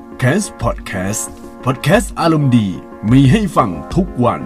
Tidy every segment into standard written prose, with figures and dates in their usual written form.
แคสพอดแคสต์อารมณ์ดีมีให้ฟังทุกวัน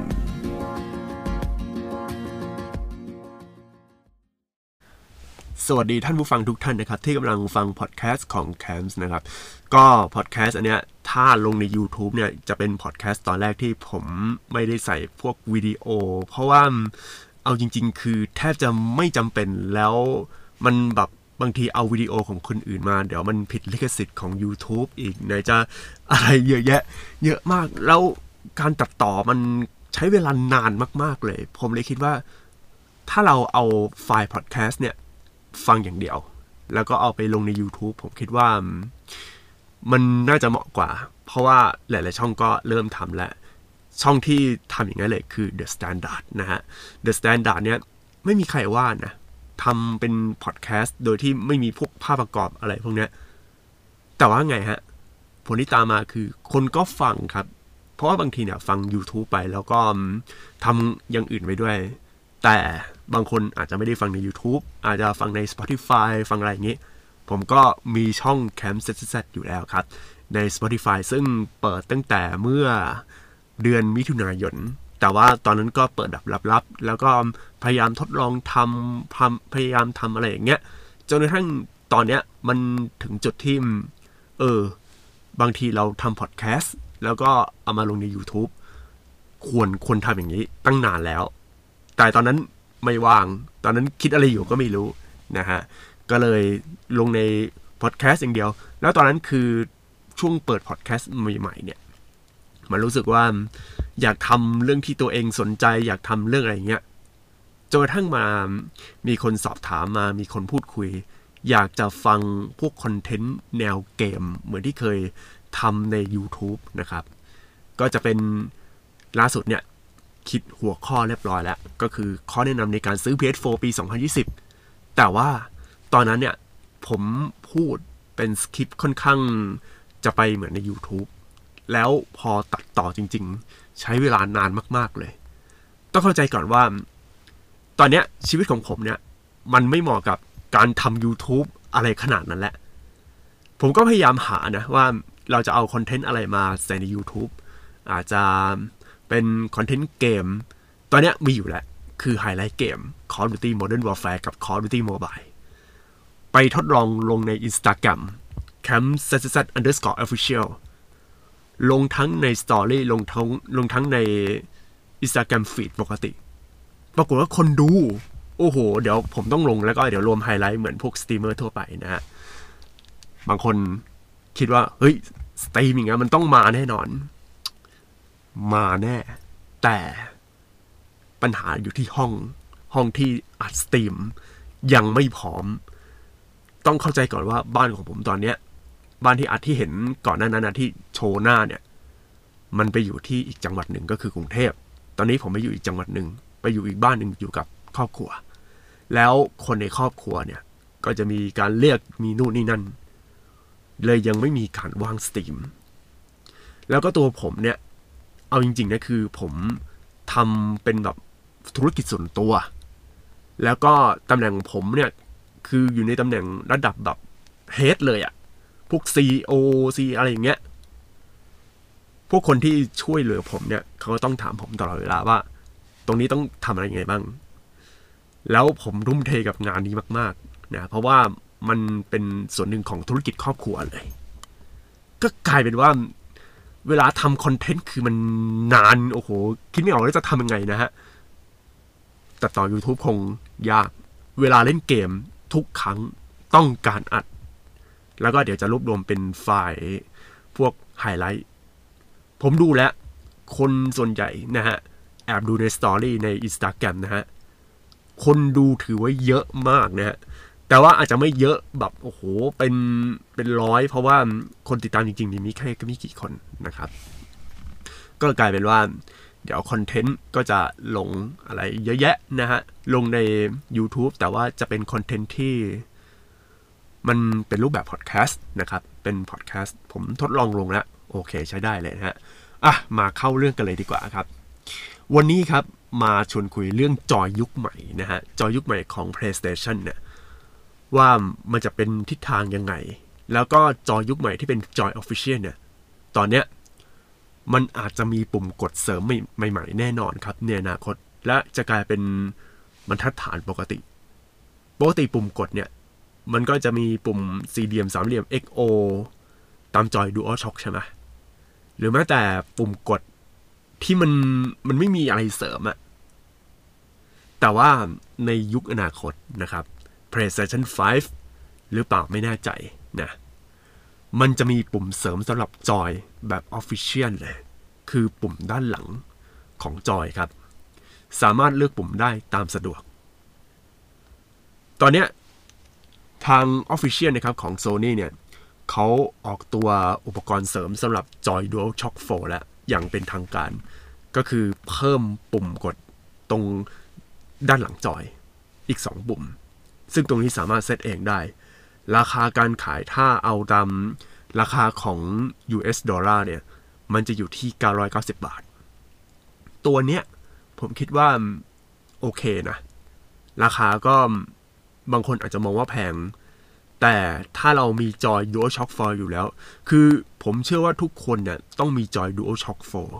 สวัสดีท่านผู้ฟังทุกท่านนะครับที่กำลังฟังพอดแคสต์ของ Camps นะครับก็พอดแคสต์อันเนี้ยถ้าลงใน YouTube เนี่ยจะเป็นพอดแคสต์ตอนแรกที่ผมไม่ได้ใส่พวกวิดีโอเพราะว่าเอาจริงๆคือแทบจะไม่จำเป็นแล้วมันแบบบางทีเอาวิดีโอของคนอื่นมาเดี๋ยวมันผิดลิขสิทธิ์ของ YouTube อีกไหนจะอะไรเยอะแยะเยอะมากแล้วการตัดต่อมันใช้เวลานานมากๆเลยผมเลยคิดว่าถ้าเราเอาไฟล์พอดแคสต์เนี่ยฟังอย่างเดียวแล้วก็เอาไปลงใน YouTube ผมคิดว่ามันน่าจะเหมาะกว่าเพราะว่าหลายๆช่องก็เริ่มทำแล้วช่องที่ทำอย่างนั้นเลยคือ The Standard นะฮะ The Standard เนี่ยไม่มีใครว่านะทำเป็นพอดแคสต์โดยที่ไม่มีพวกภาพประกอบอะไรพวกนี้แต่ว่าไงฮะผลที่ตามมาคือคนก็ฟังครับเพราะว่าบางทีเนี่ยฟัง YouTube ไปแล้วก็ทำอย่างอื่นไปด้วยแต่บางคนอาจจะไม่ได้ฟังใน YouTube อาจจะฟังใน Spotify ฟังอะไรอย่างนี้ผมก็มีช่อง Camps ZZZ อยู่แล้วครับใน Spotify ซึ่งเปิดตั้งแต่เมื่อเดือนมิถุนายนแต่ว่าตอนนั้นก็เปิดแบบลับๆแล้วก็พยายามทดลองพยายามทำอะไรอย่างเงี้ยจนกระทั่งตอนเนี้ยมันถึงจุดที่บางทีเราทำพอดแคสต์แล้วก็เอามาลงใน YouTube ควรทำอย่างนี้ตั้งนานแล้วแต่ตอนนั้นไม่ว่างตอนนั้นคิดอะไรอยู่ก็ไม่รู้นะฮะก็เลยลงในพอดแคสต์อย่างเดียวแล้วตอนนั้นคือช่วงเปิดพอดแคสต์ใหม่ๆเนี่ยมันรู้สึกว่าอยากทำเรื่องที่ตัวเองสนใจอยากทำเรื่องอะไรเงี้ยจนกระทั่งมามีคนสอบถามมามีคนพูดคุยอยากจะฟังพวกคอนเทนต์แนวเกมเหมือนที่เคยทำใน YouTube นะครับก็จะเป็นล่าสุดเนี่ยคิดหัวข้อเรียบร้อยแล้วก็คือข้อแนะนำในการซื้อ PS4 ปี 2020แต่ว่าตอนนั้นเนี่ยผมพูดเป็นสคริปต์ค่อนข้างจะไปเหมือนใน YouTube แล้วพอตัดต่อจริงๆใช้เวลานานมากๆเลยต้องเข้าใจก่อนว่าตอนเนี้ยชีวิตของผมเนี่ยมันไม่เหมาะกับการทำ YouTube อะไรขนาดนั้นแหละผมก็พยายามหานะว่าเราจะเอาคอนเทนต์อะไรมาใส่ใน YouTube อาจจะเป็นคอนเทนต์เกมตอนนี้มีอยู่แล้วคือไฮไลท์เกม Call of Duty Modern Warfare กับ Call of Duty Mobile ไปทดลองลงใน Instagram campszz_official ลงทั้งใน Story ลงทั้งใน Instagram Feed ปกติปรากฏว่าคนดูโอ้โหเดี๋ยวผมต้องลงแล้วก็เดี๋ยวรวมไฮไลท์เหมือนพวกสตรีมเมอร์ทั่วไปนะฮะบางคนคิดว่าเฮ้ยสตรีมอย่างเงี้ยมันต้องมาแน่นอนมาแน่แต่ปัญหาอยู่ที่ห้องที่อัดสตรีมยังไม่พร้อมต้องเข้าใจก่อนว่าบ้านของผมตอนเนี้ยบ้านที่อัดที่เห็นก่อนหน้านั้นนะที่โชว์หน้าเนี่ยมันไปอยู่ที่อีกจังหวัดหนึ่งก็คือกรุงเทพตอนนี้ผมไปอยู่อีกจังหวัดหนึ่งไปอยู่อีกบ้านหนึ่งอยู่กับครอบครัวแล้วคนในครอบครัวเนี่ยก็จะมีการเรียกมีนู่นนี่นั่นเลยยังไม่มีการวางสตรีมแล้วก็ตัวผมเนี่ยเอาจริงๆนะคือผมทำเป็นแบบธุรกิจส่วนตัวแล้วก็ตำแหน่งผมเนี่ยคืออยู่ในตำแหน่งระดับแบบเฮดเลยอะพวก CEO อะไรอย่างเงี้ยพวกคนที่ช่วยเหลือผมเนี่ยเขาก็ต้องถามผมตลอดเวลาว่าตรงนี้ต้องทำอะไรไงบ้างแล้วผมทุ่มเทกับงานนี้มากๆนะเพราะว่ามันเป็นส่วนหนึ่งของธุรกิจครอบครัวเลยก็กลายเป็นว่าเวลาทำคอนเทนต์คือมันนานโอ้โหคิดไม่ออกว่าจะทำยังไงนะฮะแต่ต่อ YouTube คงยากเวลาเล่นเกมทุกครั้งต้องการอัดแล้วก็เดี๋ยวจะรวบรวมเป็นไฟล์พวกไฮไลท์ผมดูแล้วคนส่วนใหญ่นะฮะแอบดูในสตอรี่ใน Instagram นะฮะคนดูถือว่าเยอะมากนะฮะแต่ว่าอาจจะไม่เยอะแบบโอ้โหเป็นร้อยเพราะว่าคนติดตามจริงๆมีแค่ไม่กี่คนนะครับก็กลายเป็นว่าเดี๋ยวคอนเทนต์ก็จะลงอะไรเยอะแยะนะฮะลงใน YouTube แต่ว่าจะเป็นคอนเทนต์ที่มันเป็นรูปแบบพอดแคสต์นะครับเป็นพอดแคสต์ผมทดลองลงแล้วโอเคใช้ได้เลยนะฮะมาเข้าเรื่องกันเลยดีกว่าครับวันนี้ครับมาชวนคุยเรื่องจอยุคใหม่นะฮะจอยุคใหม่ของ PlayStation เนี่ยว่ามันจะเป็นทิศทางยังไงแล้วก็จอยุคใหม่ที่เป็นจอย Official เนี่ยตอนเนี้ยมันอาจจะมีปุ่มกดเสริมใหม่ๆแน่นอนครับในอนาคตและจะกลายเป็นบรรทัดฐานปกติปุ่มกดเนี่ยมันก็จะมีปุ่มสี่เหลี่ยมสามเหลี่ยม XO ตามจอย DualShock ใช่ไหมหรือแม้แต่ปุ่มกดที่มันไม่มีอะไรเสริมอะแต่ว่าในยุคอนาคตนะครับ PlayStation 5 หรือเปล่าไม่แน่ใจนะมันจะมีปุ่มเสริมสำหรับจอยแบบ Official เลยคือปุ่มด้านหลังของจอยครับสามารถเลือกปุ่มได้ตามสะดวกตอนเนี้ยทาง Official นะครับของ Sony เนี่ยเขาออกตัวอุปกรณ์เสริมสำหรับจอย DualShock 4 แล้วอย่างเป็นทางการก็คือเพิ่มปุ่มกดตรงด้านหลังจอยอีก2ปุ่มซึ่งตรงนี้สามารถเซตเองได้ราคาการขายถ้าเอาตามราคาของ US ดอลลาร์เนี่ยมันจะอยู่ที่990 บาทตัวเนี้ยผมคิดว่าโอเคนะราคาก็บางคนอาจจะมองว่าแพงแต่ถ้าเรามีจอย DualShock 4 อยู่แล้วคือผมเชื่อว่าทุกคนเนี่ยต้องมีจอย DualShock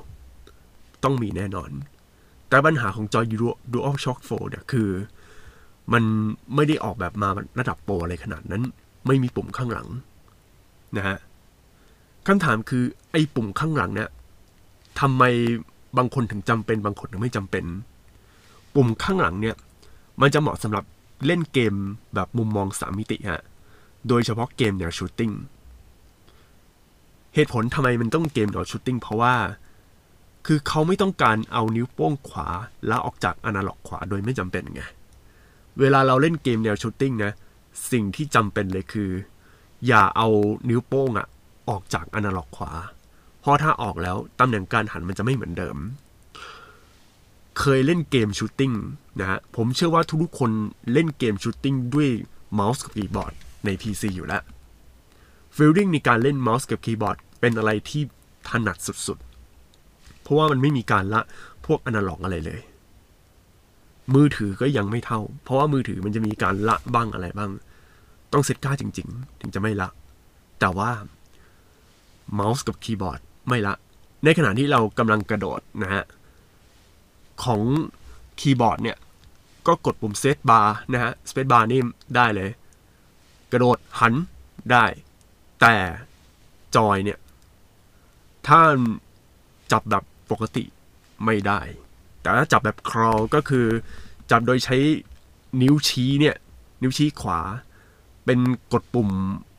4 ต้องมีแน่นอนแต่ปัญหาของจอย DualShock 4 เนี่ยคือมันไม่ได้ออกแบบมาระดับโปรอะไรขนาดนั้นไม่มีปุ่มข้างหลังนะฮะคำถามคือไอ้ปุ่มข้างหลังเนี่ยทำไมบางคนถึงจำเป็นบางคนถึงไม่จำเป็นปุ่มข้างหลังเนี่ยมันจะเหมาะสำหรับเล่นเกมแบบมุมมอง3มิติฮะโดยเฉพาะเกมแนวชูตติ้งเหตุผลทำไมมันต้องเกมแนวชูตติ้งเพราะว่าคือเขาไม่ต้องการเอานิ้วโป้งขวาแล้วออกจากอนาล็อกขวาโดยไม่จำเป็นไงเวลาเราเล่นเกมแนวชูตติ้งนะสิ่งที่จำเป็นเลยคืออย่าเอานิ้วโป้งออกจากอนาล็อกขวาเพราะถ้าออกแล้วตำแหน่งการหันมันจะไม่เหมือนเดิมเคยเล่นเกมชูตติ้งนะฮะผมเชื่อว่าทุกคนเล่นเกมชูตติ้งด้วยเมาส์กับคีย์บอร์ดใน PC อยู่แล้วฟีลลิ่งในการเล่นเมาส์กับคีย์บอร์ดเป็นอะไรที่ถนัดสุดๆเพราะว่ามันไม่มีการละพวกอนาล็อกอะไรเลยมือถือก็ยังไม่เท่าเพราะว่ามือถือมันจะมีการละบ้างอะไรบ้างต้องเซตค่าจริงๆถึงจะไม่ละแต่ว่าเมาส์กับคีย์บอร์ดไม่ละในขณะที่เรากำลังกระโดดนะฮะของคีย์บอร์ดเนี่ยก็กดปุ่มเซตบาร์นะฮะสเปซบาร์นี่ได้เลยกระโดดหันได้แต่จอยเนี่ยถ้าจับแบบปกติไม่ได้แต่ถ้าจับแบบครอลก็คือจับโดยใช้นิ้วชี้เนี่ยนิ้วชี้ขวาเป็นกดปุ่ม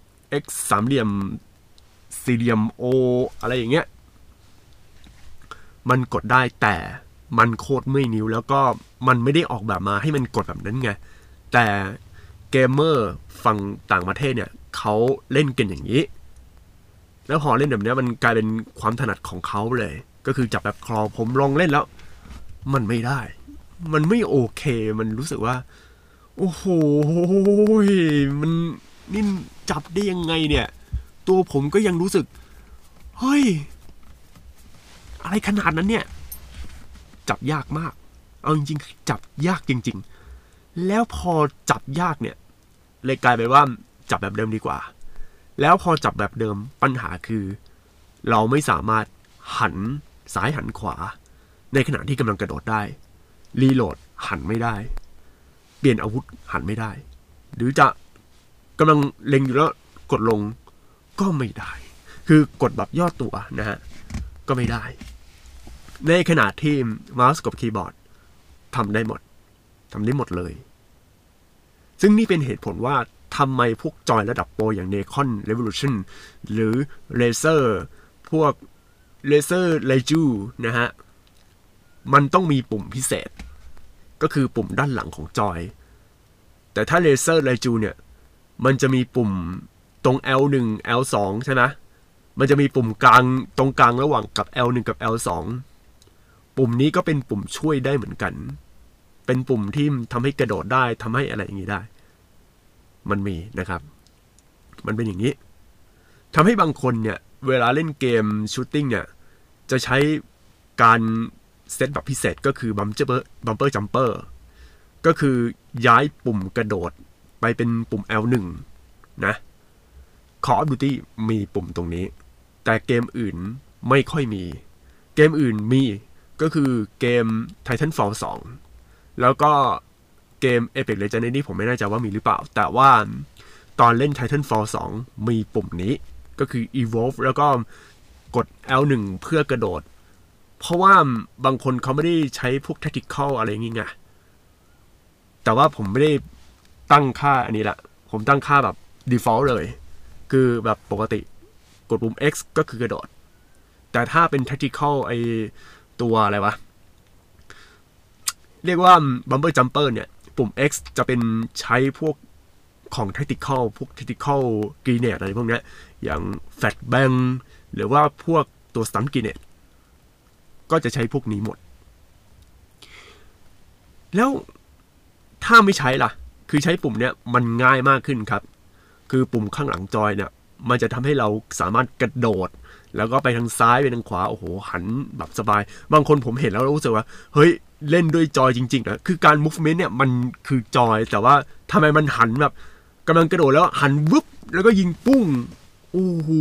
X สามเหลี่ยมสี่เหลี่ยม O อะไรอย่างเงี้ยมันกดได้แต่มันโคตรเมื่อยนิ้วแล้วก็มันไม่ได้ออกแบบมาให้มันกดแบบนั้นไงแต่เกมเมอร์ฝั่งต่างประเทศเนี่ยเขาเล่นกันอย่างนี้แล้วพอเล่นแบบนี้มันกลายเป็นความถนัดของเขาเลยก็คือจับแบบคลอผมลองเล่นแล้วมันไม่ได้มันไม่โอเคมันรู้สึกว่าโอ้โหมันนี่จับได้ยังไงเนี่ยตัวผมก็ยังรู้สึกเฮ้ยอะไรขนาดนั้นเนี่ยจับยากมากเอาจริงๆจับยากจริงๆแล้วพอจับยากเนี่ยเลยกลายเป็นว่าจับแบบเดิมดีกว่าแล้วพอจับแบบเดิมปัญหาคือเราไม่สามารถหันซ้ายหันขวาในขณะที่กำลังกระโดดได้รีโหลดหันไม่ได้เปลี่ยนอาวุธหันไม่ได้หรือจะกำลังเล็งอยู่แล้วกดลงก็ไม่ได้คือกดแบบย่อตัวนะฮะก็ไม่ได้ในขณะที่เมาส์กับคีย์บอร์ดทำได้หมดเลยซึ่งนี่เป็นเหตุผลว่าทำไมพวกจอยระดับโปรอย่าง Nacon Revolution หรือ Razer พวก Razer Leiju นะฮะมันต้องมีปุ่มพิเศษก็คือปุ่มด้านหลังของจอยแต่ถ้า Razer Leiju เนี่ยมันจะมีปุ่มตรง L1 L2 ใช่ไหมมันจะมีปุ่มกลางตรงกลางระหว่างกับ L1 กับ L2 ปุ่มนี้ก็เป็นปุ่มช่วยได้เหมือนกันเป็นปุ่มที่ทำให้กระโดดได้ทำให้อะไรอย่างนี้ได้มันมีนะครับมันเป็นอย่างนี้ทำให้บางคนเนี่ยเวลาเล่นเกมชูตติ้งเนี่ยจะใช้การเซตแบบพิเศษก็คือบัมเปอร์จัมเปอร์ก็คือย้ายปุ่มกระโดดไปเป็นปุ่ม L1 นะ Call of Duty มีปุ่มตรงนี้แต่เกมอื่นไม่ค่อยมีเกมอื่นมีก็คือเกม Titanfall 2แล้วก็เกม Apex Legends นี่ผมไม่แน่ใจว่ามีหรือเปล่าแต่ว่าตอนเล่น Titanfall 2มีปุ่มนี้ก็คือ Evolve แล้วก็กด L1 เพื่อกระโดดเพราะว่าบางคนเขาไม่ได้ใช้พวก tactical อะไรอย่างงี้ไงแต่ว่าผมไม่ได้ตั้งค่าอันนี้แหละผมตั้งค่าแบบ default เลยคือแบบปกติกดปุ่ม X ก็คือกระโดดแต่ถ้าเป็น tactical ไอตัวอะไรวะเรียกว่า bumper jumper เนี่ยปุ่ม X จะเป็นใช้พวกของ tactical พวก tactical grenade อะไรพวกนี้อย่าง fat bang หรือว่าพวกตัว stun grenade ก็จะใช้พวกนี้หมดแล้วถ้าไม่ใช้ล่ะคือใช้ปุ่มเนี้ยมันง่ายมากขึ้นครับคือปุ่มข้างหลังจอยเนี่ยมันจะทำให้เราสามารถกระโดดแล้วก็ไปทางซ้ายไปทางขวาโอ้โหหันแบบสบายบางคนผมเห็นแล้วรู้สึกว่าเฮ้ยเล่นด้วยจอยจริงๆนะคือการ movement เนี่ยมันคือจอยแต่ว่าทำไมมันหันแบบกำลังกระโดดแล้วหันวึบแล้วก็ยิงปุ้งโอ้โห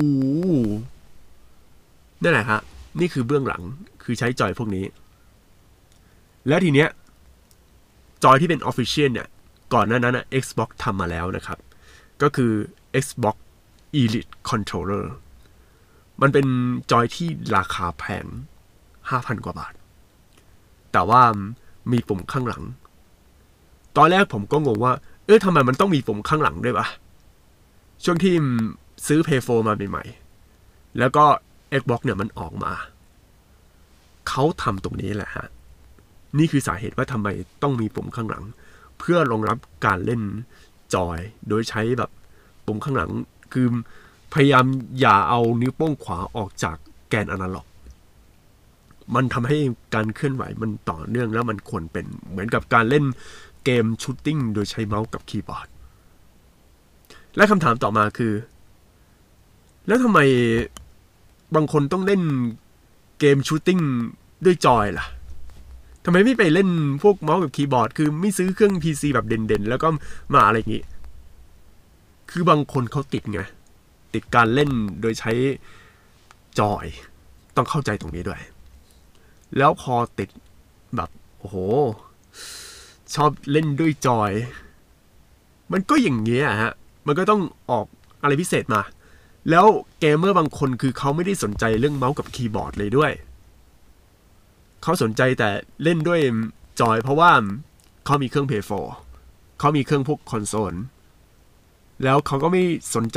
นั่นแหละฮะนี่คือเบื้องหลังคือใช้จอยพวกนี้แล้วทีเนี้ยจอยที่เป็น Official เนี่ยก่อนหน้านั้นนะ Xbox ทำมาแล้วนะครับก็คือ Xbox Elite Controller มันเป็นจอยที่ราคาแพง 5,000 กว่าบาทแต่ว่ามีปุ่มข้างหลังตอนแรกผมก็งงว่าทำไมมันต้องมีปุ่มข้างหลังด้วยวะช่วงที่ซื้อ Play 4 มาใหม่ๆแล้วก็ Xbox เนี่ยมันออกมาเขาทำตรงนี้แหละฮะนี่คือสาเหตุว่าทำไมต้องมีปุ่มข้างหลังเพื่อรองรับการเล่นจอยโดยใช้แบบปุ่มข้างหลังคือพยายามอย่าเอานิ้วโป้งขวาออกจากแกนอนาล็อกมันทำให้การเคลื่อนไหวมันต่อเนื่องแล้วมันควรเป็นเหมือนกับการเล่นเกมชูตติ้งโดยใช้เมาส์กับคีย์บอร์ดและคำถามต่อมาคือแล้วทำไมบางคนต้องเล่นเกมชูตติ้งด้วยจอยล่ะทำไมไม่ไปเล่นพวกเมาส์กับคีย์บอร์ดคือไม่ซื้อเครื่อง PC แบบเด่นๆแล้วก็มาอะไรอย่างนี้คือบางคนเขาติดไงติดการเล่นโดยใช้จอยต้องเข้าใจตรงนี้ด้วยแล้วพอติดแบบโอ้โหชอบเล่นด้วยจอยมันก็อย่างเงี้ยฮะมันก็ต้องออกอะไรพิเศษมาแล้วเกมเมอร์บางคนคือเขาไม่ได้สนใจเรื่องเมาส์กับคีย์บอร์ดเลยด้วยเขาสนใจแต่เล่นด้วยจอยเพราะว่าเขามีเครื่อง Play 4เขามีเครื่องพวกคอนโซลแล้วเขาก็ไม่สนใจ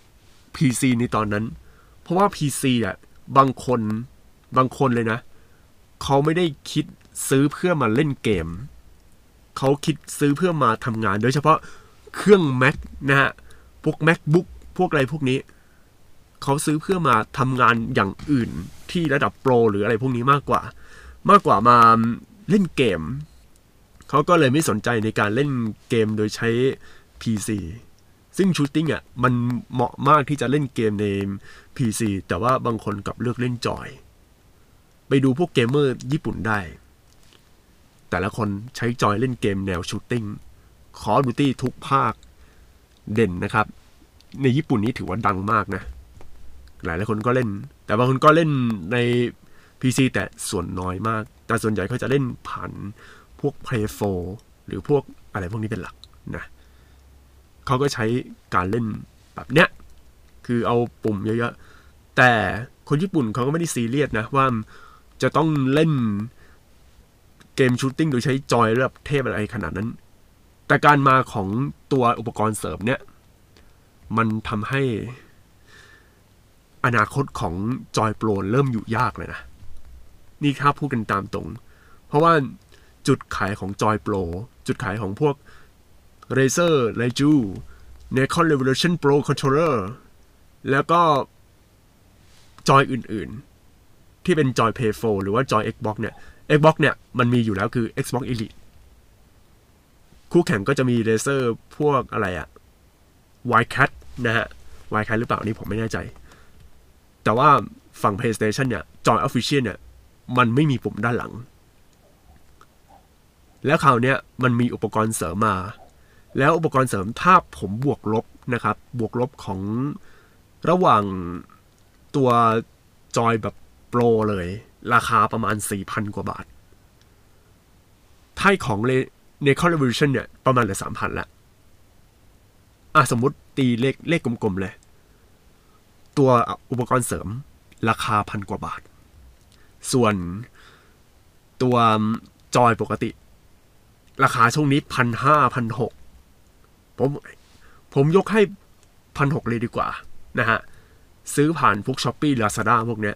PC ในตอนนั้นเพราะว่า PC อ่ะบางคนเลยนะเขาไม่ได้คิดซื้อเพื่อมาเล่นเกมเขาคิดซื้อเพื่อมาทำงานโดยเฉพาะเครื่อง Mac นะฮะพวก MacBook พวกอะไรพวกนี้เขาซื้อเพื่อมาทำงานอย่างอื่นที่ระดับโปรหรืออะไรพวกนี้มากกว่ามาเล่นเกมเขาก็เลยไม่สนใจในการเล่นเกมโดยใช้ PC ซึ่งชูตติ้งอ่ะมันเหมาะมากที่จะเล่นเกมใน PC แต่ว่าบางคนกลับเลือกเล่นจอยไปดูพวกเกมเมอร์ญี่ปุ่นได้แต่ละคนใช้จอยเล่นเกมแนวชูตติ้งCall of Duty ทุกภาคเด่นนะครับในญี่ปุ่นนี้ถือว่าดังมากนะหลายคนก็เล่นแต่บางคนก็เล่นใน PC แต่ส่วนน้อยมากแต่ส่วนใหญ่เขาจะเล่นผ่านพวก Play 4หรือพวกอะไรพวกนี้เป็นหลักนะเขาก็ใช้การเล่นแบบเนี้ยคือเอาปุ่มเยอะๆแต่คนญี่ปุ่นเขาก็ไม่ได้ซีเรียสนะว่าจะต้องเล่นเกมชูตติ้งโดยใช้จอยระดับเทพอะไรขนาดนั้นแต่การมาของตัวอุปกรณ์เสริมเนี่ยมันทำให้อนาคตของจอยโปรเริ่มอยู่ยากเลยนะนี่ครับพูดกันตามตรงเพราะว่าจุดขายของจอยโปรจุดขายของพวก Razer Raiju Nikon Revolution Pro Controller แล้วก็จอยอื่นๆที่เป็นจอย Play 4หรือว่าจอย Xbox เนี่ย Xbox เนี่ยมันมีอยู่แล้วคือ Xbox Elite คู่แข่งก็จะมี Razer พวกอะไรอะ Wildcat นะฮะ Wildcat หรือเปล่านี่ผมไม่แน่ใจแต่ว่าฝั่ง PlayStation เนี่ยจอย Official เนี่ยมันไม่มีปุ่มด้านหลังแล้วคราวนี้มันมีอุปกรณ์เสริมมาแล้วอุปกรณ์เสริมถ้าผมบวกลบนะครับบวกลบของระหว่างตัวจอยแบบโปรเลยราคาประมาณ 4,000 กว่าบาทถ้าของNecron Revolution เนี่ยประมาณเหลือ 3,000 ละสมมุติตีเลขกลมๆเลยตัวอุปกรณ์เสริมราคา1,000 กว่าบาทส่วนตัวจอยปกติราคาช่วงนี้ 1,500 1,600 ผมยกให้ 1,600 เลยดีกว่านะฮะซื้อผ่านพวก Shopee Lazada พวกเนี้ย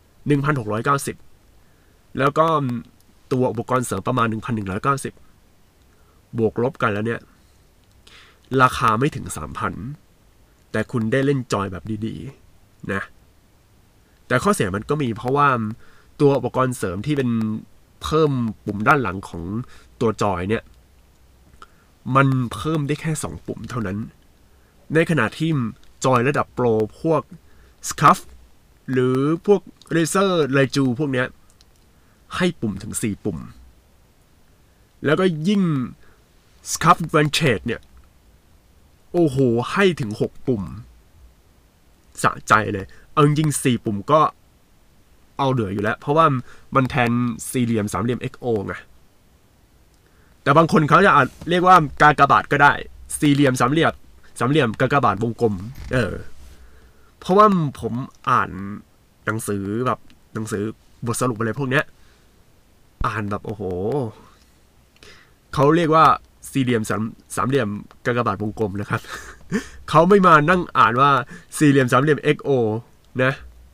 1,690 แล้วก็ตัวอุปกรณ์เสริมประมาณ 1,190 บวกลบกันแล้วเนี่ยราคาไม่ถึง 3,000 แต่คุณได้เล่นจอยแบบดีๆนะแต่ข้อเสียมันก็มีเพราะว่าตัวอุปกรณ์เสริมที่เป็นเพิ่มปุ่มด้านหลังของตัวจอยเนี่ยมันเพิ่มได้แค่2ปุ่มเท่านั้นในขณะที่จอยระดับโปรพวก Scuff หรือพวก Razer Raiju พวกเนี้ยให้ปุ่มถึง4ปุ่มแล้วก็ยิ่ง Scuff Vantage เนี่ยโอ้โหให้ถึง6ปุ่มสะใจเลยเอาจริงๆ4ปุ่มก็เอาเหลืออยู่แล้วเพราะว่ามันแทนสี่เหลี่ยมสามเหลี่ยม XO ไงแต่บางคนเขาจะอาจเรียกว่ากากบาทก็ได้สี่เหลี่ยมสามเหลี่ยมกากบาทวงกลมเพราะว่าผมอ่านหนังสือบทสรุปอะไรพวกเนี้ยอ่านแบบโอ้โหเขาเรียกว่าสี่เหลี่ยมสามเหลี่ยมกากบาทวงกลมนะครับ เขาไม่มานั่งอ่านว่าสี่เหลี่ยมสามเหลี่ยม XO นะ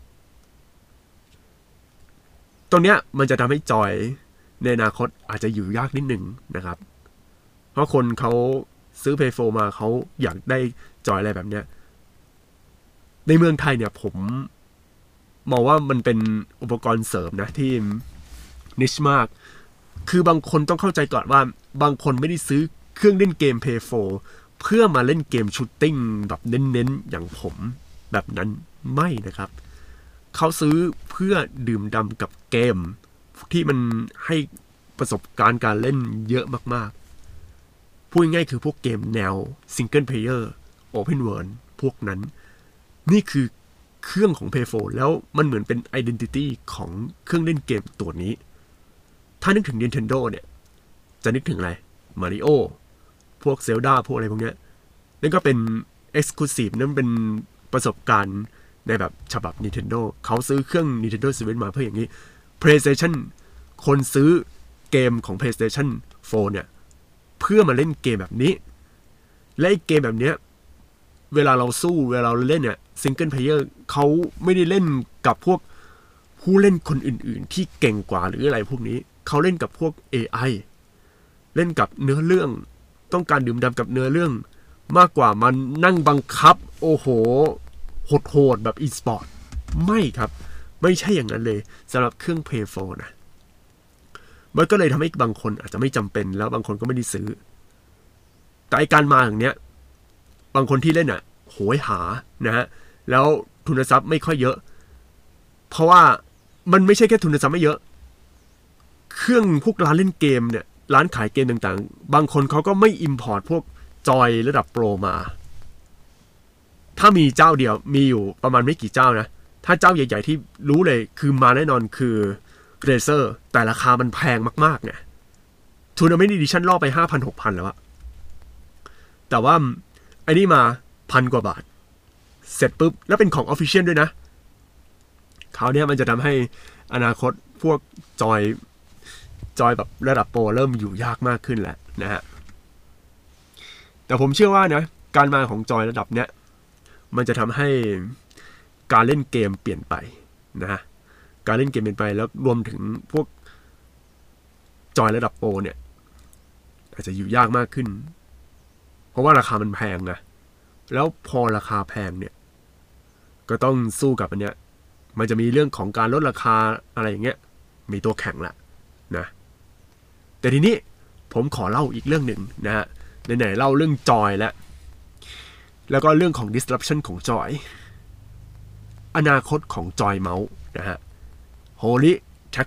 ตรงเนี้ยมันจะทำให้จอยในอนาคตอาจจะอยู่ยากนิดนึงนะครับเพราะคนเขาซื้อ Play 4 มาเขาอยากได้จอยอะไรแบบเนี้ยในเมืองไทยเนี่ยผมมองว่ามันเป็นอุปกรณ์เสริมนะที่นิชมากคือบางคนต้องเข้าใจก่อนว่าบางคนไม่ได้ซื้อเครื่องเล่นเกม Play 4 เพื่อมาเล่นเกมชูตติ้งแบบเน้นๆอย่างผมแบบนั้นไม่นะครับเขาซื้อเพื่อดื่มด่ำกับเกมที่มันให้ประสบการณ์การเล่นเยอะมากๆพูดง่ายๆคือพวกเกมแนว Single Player Open World พวกนั้นนี่คือเครื่องของ Play 4 แล้วมันเหมือนเป็น Identity ของเครื่องเล่นเกมตัวนี้ถ้านึกถึง Nintendo เนี่ยจะนึกถึงอะไร Mario พวก Zelda พวกอะไรพวกเนี้ยนั่นก็เป็น Exclusive นั่นเป็นประสบการณ์ในแบบฉบับ Nintendo เขาซื้อเครื่อง Nintendo Switch มาเพื่ออย่างนี้ PlayStation คนซื้อเกมของ PlayStation 4 เนี่ยเพื่อมาเล่นเกมแบบนี้และเกมแบบเนี้ยเวลาเราเล่นเนี่ย Single Player เขาไม่ได้เล่นกับพวกผู้เล่นคนอื่นๆที่เก่งกว่าหรืออะไรพวกนี้เขาเล่นกับพวก AI เล่นกับเนื้อเรื่องต้องการดื่มด่ำกับเนื้อเรื่องมากกว่ามันนั่งบังคับโอ้โหโหดแบบ e-sport ไม่ครับไม่ใช่อย่างนั้นเลยสำหรับเครื่อง Play 4 นะมันก็เลยทำให้บางคนอาจจะไม่จำเป็นแล้วบางคนก็ไม่ได้ซื้อแต่การมาอย่างเนี้ยบางคนที่เล่นโหยหานะฮะแล้วทุนทรัพย์ไม่ค่อยเยอะเพราะว่ามันไม่ใช่แค่ทุนทรัพย์ไม่เยอะเครื่องพวกร้านเล่นเกมเนี่ยร้านขายเกมต่างๆบางคนเขาก็ไม่อิมพอร์ตพวกจอยระดับโปรมาถ้ามีเจ้าเดียวมีอยู่ประมาณไม่กี่เจ้านะถ้าเจ้าใหญ่ๆที่รู้เลยคือมาแน่นอนคือ Razer แต่ราคามันแพงมากๆไงTournament Edition ล่อไป 5,000-6,000 แล้วอะแต่ว่าไอ้นี่มา1,000 กว่าบาทเสร็จปุ๊บแล้วเป็นของ Official ด้วยนะคราวนี้มันจะทำให้อนาคตพวกจอยแบบระดับโปรเริ่มอยู่ยากมากขึ้นแหละนะฮะแต่ผมเชื่อว่านะการมาของจอยระดับเนี้ยมันจะทำให้การเล่นเกมเปลี่ยนไปนะฮะการเล่นเกมเปลี่ยนไปแล้วรวมถึงพวกจอยระดับโปรเนี่ยอาจจะอยู่ยากมากขึ้นเพราะว่าราคามันแพงนะแล้วพอราคาแพงเนี่ยก็ต้องสู้กับอันเนี้ยมันจะมีเรื่องของการลดราคาอะไรอย่างเงี้ยมีตัวแข่งแหละนะแต่ทีนี้ผมขอเล่าอีกเรื่องหนึ่งนะฮะไหนๆเล่าเรื่องจอยแล้วก็เรื่องของ disruption ของจอยอนาคตของจอยเมาส์นะฮะ Holy Tag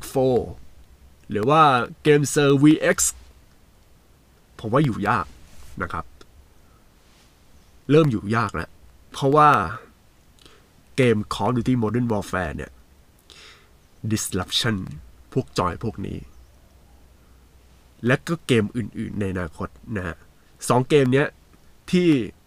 4 หรือว่า Gameser VX ผมว่าอยู่ยากนะครับเริ่มอยู่ยากแล้วเพราะว่าเกม Call of Duty Modern Warfare เนี่ย Disruption พวกจอยพวกนี้และก็เกมอื่นๆในอนาคตนะฮะ2เกมเนี้ยที่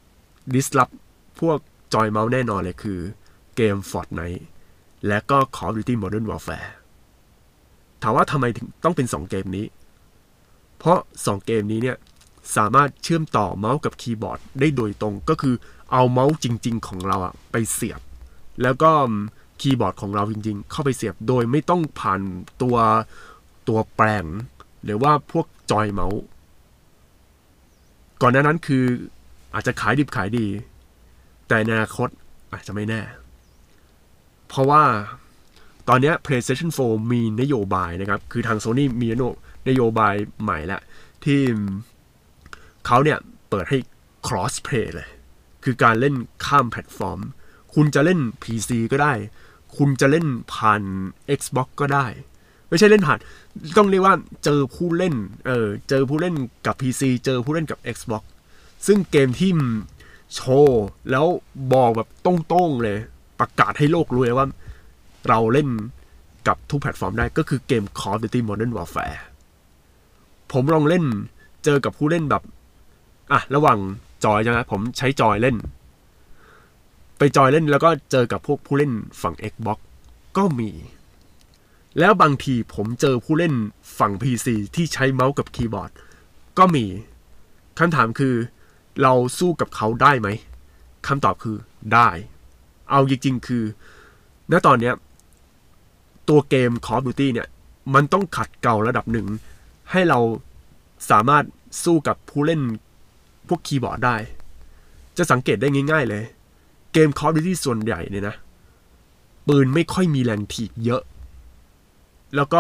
disrupt พวกจอยเมาส์แน่นอนเลยคือเกม Fortnite และก็ Call of Duty Modern Warfare ถามว่าทำไมถึงต้องเป็น2เกมนี้เพราะ2เกมนี้เนี่ยสามารถเชื่อมต่อเมาส์กับคีย์บอร์ดได้โดยตรงก็คือเอาเมาส์จริงๆของเราอะไปเสียบแล้วก็คีย์บอร์ดของเราจริงๆเข้าไปเสียบโดยไม่ต้องผ่านตัวแปลงหรือว่าพวกจอยเมาส์ก่อนหน้านั้นคืออาจจะขายดิบขายดีแต่ในอนาคตอาจจะไม่แน่เพราะว่าตอนนี้ PlayStation 4 มีนโยบายนะครับคือทาง Sony มีนโยบายใหม่แล้วที่เขาเนี่ยเปิดให้ cross play เลยคือการเล่นข้ามแพลตฟอร์มคุณจะเล่น PC ก็ได้คุณจะเล่นผ่าน Xbox ก็ได้ไม่ใช่เล่นผ่านต้องเรียกว่าเจอผู้เล่นเจอผู้เล่นกับ PC เจอผู้เล่นกับ Xbox ซึ่งเกมที่โชว์แล้วบอกแบบตรงๆเลยประกาศให้โลกรู้เลยว่าเราเล่นกับทุกแพลตฟอร์มได้ก็คือเกม Call of Duty Modern Warfare ผมลองเล่นเจอกับผู้เล่นแบบระหว่างจอยใช่ไหมผมใช้จอยเล่นไปจอยเล่นแล้วก็เจอกับพวกผู้เล่นฝั่ง Xbox ก็มีแล้วบางทีผมเจอผู้เล่นฝั่ง PC ที่ใช้เมาส์กับคีย์บอร์ดก็มีคำถามคือเราสู้กับเขาได้ไหมคำตอบคือได้เอาจริงๆคือณตอนนี้ตัวเกม Call of Duty เนี่ยมันต้องขัดเกลาระดับหนึ่งให้เราสามารถสู้กับผู้เล่นพวกคีย์บอร์ดได้จะสังเกตได้ง่ายๆเลยเกม Call of Duty ส่วนใหญ่เนี่ยนะปืนไม่ค่อยมีแรงถีบเยอะแล้วก็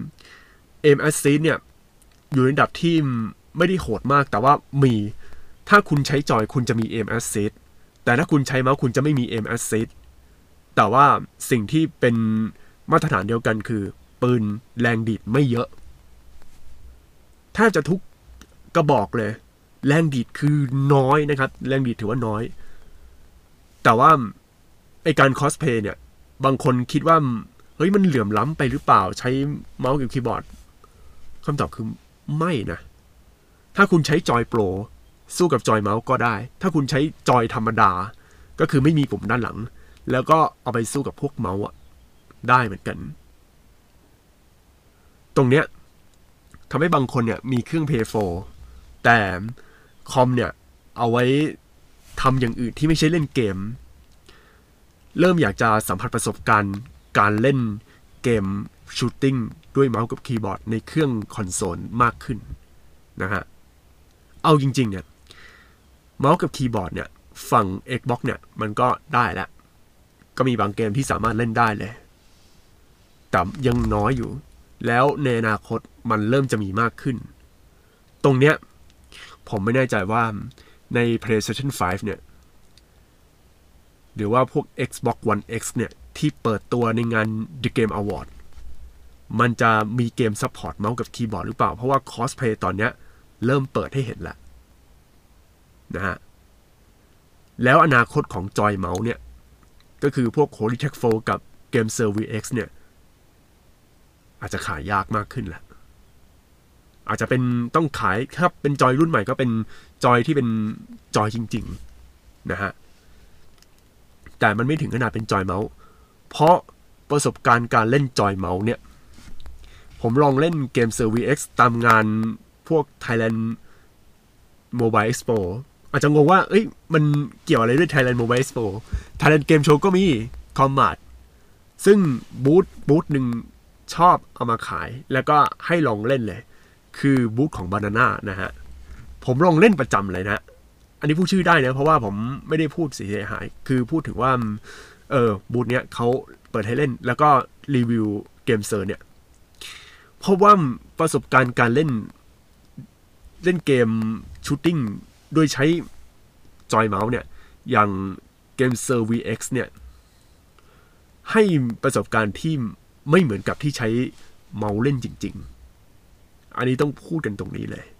aim assist เนี่ยอยู่ในระดับที่ไม่ได้โหดมากแต่ว่ามีถ้าคุณใช้จอยคุณจะมี aim assist แต่ถ้าคุณใช้เมาส์คุณจะไม่มี aim assist แต่ว่าสิ่งที่เป็นมาตรฐานเดียวกันคือปืนแรงดีดไม่เยอะแทบจะทุกกระบอกเลยแรงดีดคือน้อยนะครับแรงดีดถือว่าน้อยแต่ว่าไอการคอสเพย์เนี่ยบางคนคิดว่าเฮ้ยมันเหลื่อมล้ำไปหรือเปล่าใช้เมาส์กับคีย์บอร์ดคำตอบคือไม่นะถ้าคุณใช้จอยโปรสู้กับจอยเมาส์ก็ได้ถ้าคุณใช้จอยธรรมดาก็คือไม่มีปุ่มด้านหลังแล้วก็เอาไปสู้กับพวกเมาส์ได้เหมือนกันตรงเนี้ยทำให้บางคนเนี่ยมีเครื่อง Play 4แต่คอมเนี่ยเอาไว้ทำอย่างอื่นที่ไม่ใช่เล่นเกมเริ่มอยากจะสัมผัสประสบการณ์การเล่นเกมชูตติ้งด้วยเมาส์กับคีย์บอร์ดในเครื่องคอนโซลมากขึ้นนะฮะเอาจริงๆเนี่ยเมาส์กับคีย์บอร์ดเนี่ยฝั่ง Xbox เนี่ยมันก็ได้แล้วก็มีบางเกมที่สามารถเล่นได้เลยแต่ยังน้อยอยู่แล้วในอนาคตมันเริ่มจะมีมากขึ้นตรงเนี้ยผมไม่แน่ใจว่าใน PlayStation 5 เนี่ยหรือว่าพวก Xbox One X เนี่ยที่เปิดตัวในงาน The Game Award มันจะมีเกมซัพพอร์ตเมาส์กับคีย์บอร์ดหรือเปล่าเพราะว่า Cosplay ตอนเนี้ยเริ่มเปิดให้เห็นแล้วนะฮะแล้วอนาคตของจอยเมาส์เนี่ยก็คือพวก Holy Tech 4 กับ Game Server X เนี่ยอาจจะขายยากมากขึ้นแหละอาจจะเป็นต้องขายถ้าเป็นจอยรุ่นใหม่ก็เป็นจอยที่เป็นจอยจริงๆนะฮะแต่มันไม่ถึงขนาดเป็นจอยเมาส์เพราะประสบการณ์การเล่นจอยเมาส์เนี่ยผมลองเล่นเกม Server X ตามงานพวก Thailand Mobile Expo อาจจะงงว่าเอ้ยมันเกี่ยวอะไรด้วย Thailand Mobile Expo Thailand Game Show ก็มีคอมมาดซึ่งบูธหนึ่งชอบเอามาขายแล้วก็ให้ลองเล่นเลยคือบูธของ Banana นะฮะผมลองเล่นประจำเลยนะอันนี้พูดชื่อได้นะเพราะว่าผมไม่ได้พูดเสียหายคือพูดถึงว่าบูธเนี้ยเขาเปิดให้เล่นแล้วก็รีวิวเกมเซอร์เนี่ยเพราะว่าประสบการณ์การเล่นเกมชูตติ้งโดยใช้จอยเมาส์เนี่ยอย่างเกมเซอร์ VX เนี่ยให้ประสบการณ์ที่ไม่เหมือนกับที่ใช้เมาส์เล่นจริงๆอันนี้ต้องพูดกันตรงนี้เลย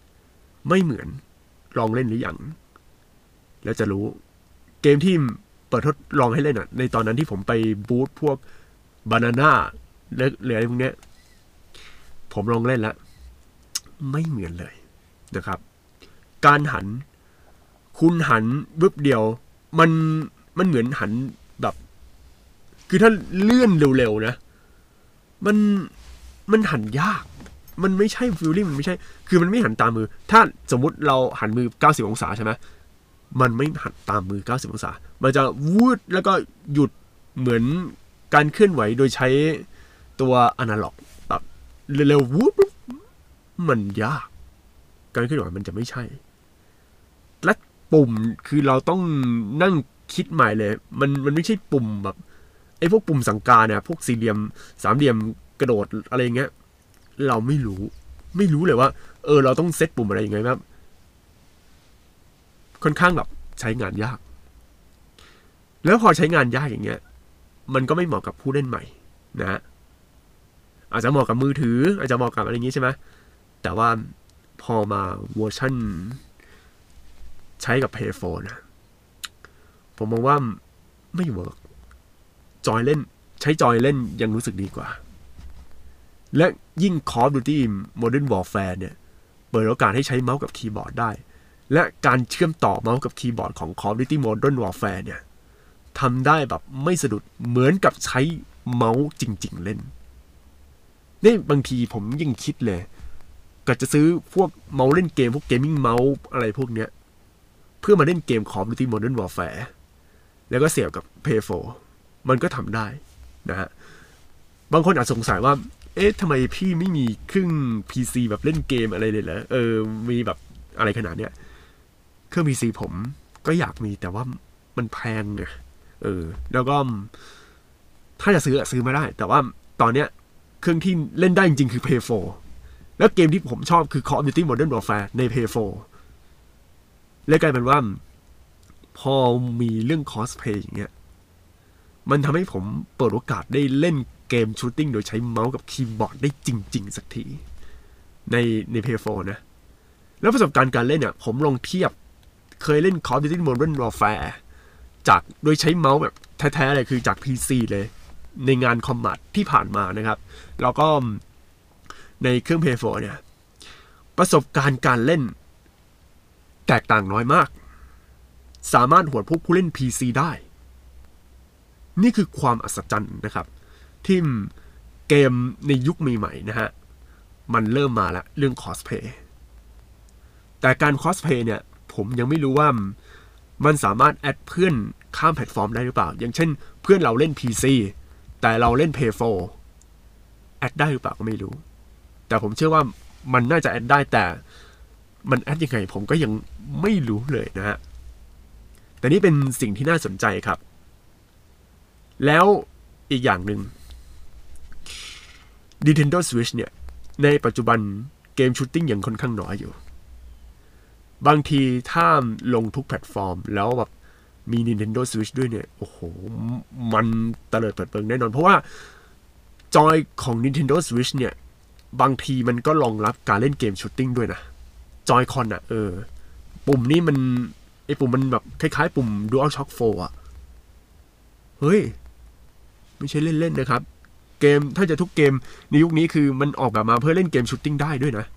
ไม่เหมือนลองเล่นหรือยังแล้วจะรู้เกมที่เปิดทดลองให้เล่นในตอนนั้นที่ผมไปบูธพวกบานาน่าหรืออะไรพวกเนี้ยผมลองเล่นแล้วไม่เหมือนเลยนะครับการหันคุณหันบึ๊บเดียวมันเหมือนหันแบบคือถ้าเลื่อนเร็วๆนะมันหันยากมันไม่ใช่ฟีลลิ่งมันไม่ใช่คือมันไม่หันตามมือถ้าสมมุติเราหันมือ90องศาใช่ไหมมันไม่หันตามมือ90องศามันจะวูดแล้วก็หยุดเหมือนการเคลื่อนไหวโดยใช้ตัวอนาล็อกแบบเร็วๆวูดมันยากการเคลื่อนไหวมันจะไม่ใช่และปุ่มคือเราต้องนั่งคิดใหม่เลยมันไม่ใช่ปุ่มแบบไอ้พวกปุ่มสั่งการเนี่ยพวกสี่เหลี่ยมสามเหลี่ยมกระโดดอะไรเงี้ยเราไม่รู้เลยว่าเราต้องเซตปุ่มอะไรยังไงแบบค่อนข้างแบบใช้งานยากแล้วพอใช้งานยากอย่างเงี้ยมันก็ไม่เหมาะกับผู้เล่นใหม่นะอาจจะเหมาะกับมือถืออาจจะเหมาะกับอะไรอย่างงี้ใช่ไหมแต่ว่าพอมาเวอร์ชันใช้กับ Play 4 นะผมมองว่าไม่เวิร์กจอยเล่นใช้จอยเล่นยังรู้สึกดีกว่าและยิ่ง Call of Duty Modern Warfare เนี่ยเปิดโอกาสให้ใช้เมาส์กับคีย์บอร์ดได้และการเชื่อมต่อเมาส์กับคีย์บอร์ดของ Call of Duty Modern Warfare เนี่ยทำได้แบบไม่สะดุดเหมือนกับใช้เมาส์จริงๆเล่นนี่บางทีผมยังคิดเลยก็จะซื้อพวกเมาส์เล่นเกมพวกเกมมิ่งเมาส์อะไรพวกเนี้ยเพื่อมาเล่นเกม Call of Duty Modern Warfare แล้วก็เสียบกับ Play 4 มันก็ทำได้นะฮะบางคนอาจสงสัยว่าทำไมพี่ไม่มีเครื่อง PC แบบเล่นเกมอะไรเลยเหรอมีแบบอะไรขนาดเนี้ยเครื่อง PC ผมก็อยากมีแต่ว่ามันแพงไงแล้วก็ถ้าจะซื้อมาได้แต่ว่าตอนเนี้ยเครื่องที่เล่นได้จริงๆคือ Play 4 แล้วเกมที่ผมชอบคือ Call of Duty Modern Warfare ใน Play 4 และกลายเป็นว่าพอมีเรื่อง cosplay อย่างเงี้ยมันทำให้ผมเปิดโอกาสได้เล่นเกมชูตติ้งโดยใช้เมาส์กับคีย์บอร์ดได้จริงๆสักทีใน Play 4 นะแล้วประสบการณ์การเล่นเนี่ยผมลองเทียบเคยเล่น Call of Duty Modern Warfare จากโดยใช้เมาส์แบบแท้ๆเลยคือจาก PC เลยในงานคอมแบทที่ผ่านมานะครับแล้วก็ในเครื่อง Play 4 เนี่ยประสบการณ์การเล่นแตกต่างน้อยมากสามารถหวดพวกผู้เล่น PC ได้นี่คือความอัศจรรย์นะครับที่เกมในยุคใหม่ๆนะฮะมันเริ่มมาแล้วเรื่องคอสเพย์แต่การคอสเพย์เนี่ยผมยังไม่รู้ว่ามันสามารถแอดเพื่อนข้ามแพลตฟอร์มได้หรือเปล่าอย่างเช่นเพื่อนเราเล่น PC แต่เราเล่น Play 4 แอดได้หรือเปล่าก็ไม่รู้แต่ผมเชื่อว่ามันน่าจะแอดได้แต่มันแอดยังไงผมก็ยังไม่รู้เลยนะฮะแต่นี่เป็นสิ่งที่น่าสนใจครับแล้วอีกอย่างหนึ่ง Nintendo Switch เนี่ยในปัจจุบันเกมชูตติ้งยังค่อนข้างน้อยอยู่บางทีถ้าลงทุกแพลตฟอร์มแล้วแบบมี Nintendo Switch ด้วยเนี่ยโอ้โหมันเตลิดเปิดเปิงแน่นอนเพราะว่าจอยของ Nintendo Switch เนี่ยบางทีมันก็รองรับการเล่นเกมชูตติ้งด้วยนะจอยคอนอ่ะปุ่มนี้มันปุ่มมันแบบคล้ายๆปุ่ม DualShock 4 อ่ะเฮ้ยไม่ใช่เล่นๆนะครับเกมถ้าจะทุกเกมในยุคนี้คือมันออกแบบมาเพื่อเล่นเกมชูตติ้งได้ด้วยนะ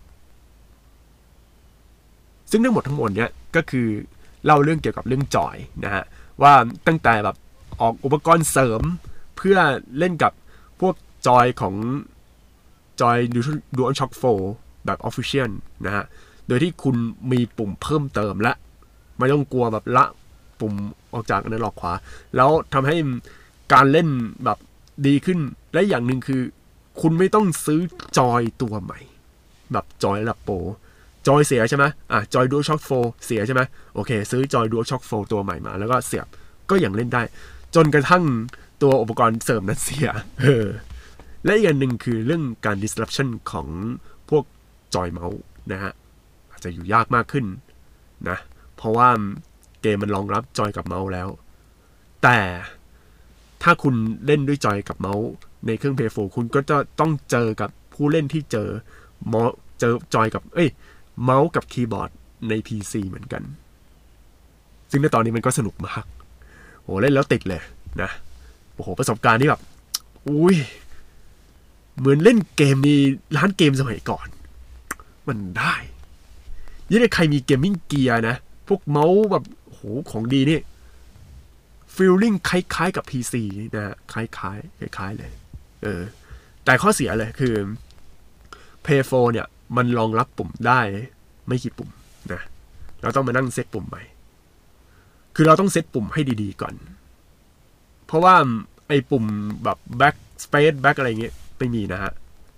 ซึ่งทั้งหมดทั้งมวลเนี้ยก็คือเล่าเรื่องเกี่ยวกับเรื่องจอยนะฮะว่าตั้งแต่แบบออกอุปกรณ์เสริมเพื่อเล่นกับพวกจอยของจอย DualShock 4 แบบ Official นะฮะโดยที่คุณมีปุ่มเพิ่มเติมและไม่ต้องกลัวแบบละปุ่มออกจากอนาล็อกขวาแล้วทำให้การเล่นแบบดีขึ้นและอย่างหนึ่งคือคุณไม่ต้องซื้อจอยตัวใหม่แบบจอยระดับโปรจอยเสียใช่ไหมจอย DualShock 4 เสียใช่ไหมโอเคซื้อจอย DualShock 4 ตัวใหม่มาแล้วก็เสียบก็ยังเล่นได้จนกระทั่งตัวอุปกรณ์เสริมนั้นเสียและอีกอันหนึ่งคือเรื่องการ disruption ของพวกจอยเมาส์นะฮะอาจจะอยู่ยากมากขึ้นนะเพราะว่าเกมมันรองรับจอยกับเมาส์แล้วแต่ถ้าคุณเล่นด้วยจอยกับเมาส์ในเครื่อง Play 4 คุณก็จะต้องเจอกับผู้เล่นที่เจอจอยกับเมาส์กับคีย์บอร์ดใน PC เหมือนกันซึ่งในตอนนี้มันก็สนุกมากโหเล่นแล้วติดเลยนะโอ้โหประสบการณ์ที่แบบอุ้ยเหมือนเล่นเกมในร้านเกมสมัยก่อนมันได้ยิ่งใครมีเกมมิ่งเกียร์นะพวกเมาส์แบบโหของดีนี่ฟีลลิ่งคล้ายๆกับ PC นะฮะคล้ายเลยแต่ข้อเสียเลยคือ Play 4เนี่ยมันรองรับปุ่มได้ไม่กี่ปุ่มนะเราต้องมานั่งเซตปุ่มใหม่คือเราต้องเซตปุ่มให้ดีๆก่อนเพราะว่าไอ้ปุ่มแบบ back space back อะไรเงี้ยไม่มีนะฮะ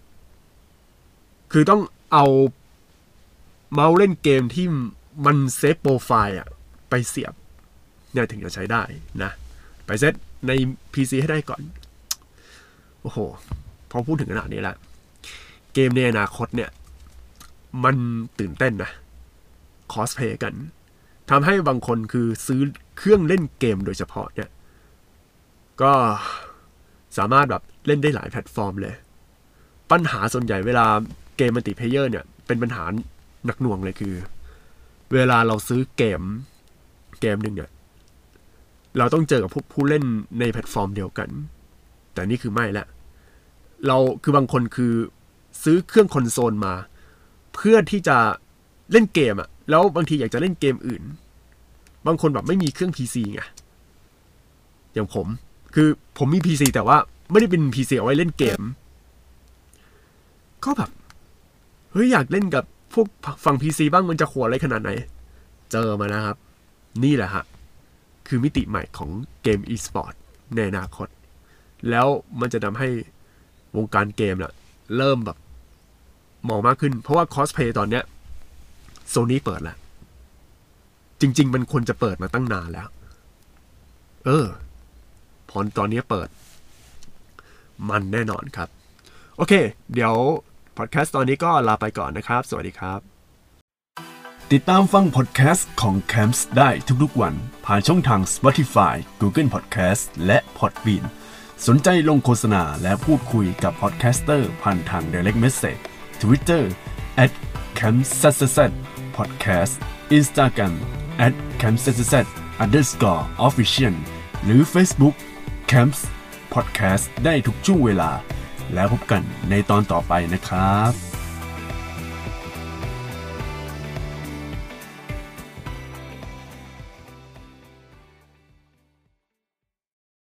คือต้องเอาเมาส์เล่นเกมที่มันเซฟโปรไฟล์ไปเสียบเนี่ยถึงจะใช้ได้นะไปเซตใน PC ให้ได้ก่อนโอ้โหพอพูดถึงขนาดนี้แล้วเกมในอนาคตเนี่ยมันตื่นเต้นนะคอสเพลย์กันทำให้บางคนคือซื้อเครื่องเล่นเกมโดยเฉพาะเนี่ยก็สามารถแบบเล่นได้หลายแพลตฟอร์มเลยปัญหาส่วนใหญ่เวลาเกมมัลติเพลเยอร์เนี่ยเป็นปัญหาหนักหน่วงเลยคือเวลาเราซื้อเกมหนึ่งเนี่ยเราต้องเจอกับผู้เล่นในแพลตฟอร์มเดียวกันแต่นี่คือไม่ละเราคือบางคนคือซื้อเครื่องคอนโซลมาเพื่อที่จะเล่นเกมแล้วบางทีอยากจะเล่นเกมอื่นบางคนแบบไม่มีเครื่อง PC ไงอย่างผมมี PC แต่ว่าไม่ได้เป็น PC เอาไว้เล่นเกมก็แบบเฮ้ยอยากเล่นกับพวกฝั่ง PC บ้างมันจะขวดอะไรขนาดไหนเจอมานะครับนี่แหละฮะคือมิติใหม่ของเกม e-sport ในอนาคตแล้วมันจะทำให้วงการเกมเริ่มแบบมองมากขึ้นเพราะว่า cosplay ตอนเนี้ย Sony เปิดแล้วจริงๆมันควรจะเปิดมาตั้งนานแล้วพอตอนนี้เปิดมันแน่นอนครับโอเคเดี๋ยวพอดแคสต์ตอนนี้ก็ลาไปก่อนนะครับสวัสดีครับติดตามฟังพอดแคสต์ของ Camps ได้ทุกๆวันผ่านช่องทาง Spotify Google Podcast และ Podbean สนใจลงโฆษณาและพูดคุยกับพอดแคสเตอร์ผ่านทาง Direct Message Twitter @campszpodcast Instagram @campszpodcast_official หรือ Facebook Camps Podcast ได้ทุกช่วงเวลาแล้วพบกันในตอนต่อไปนะครับ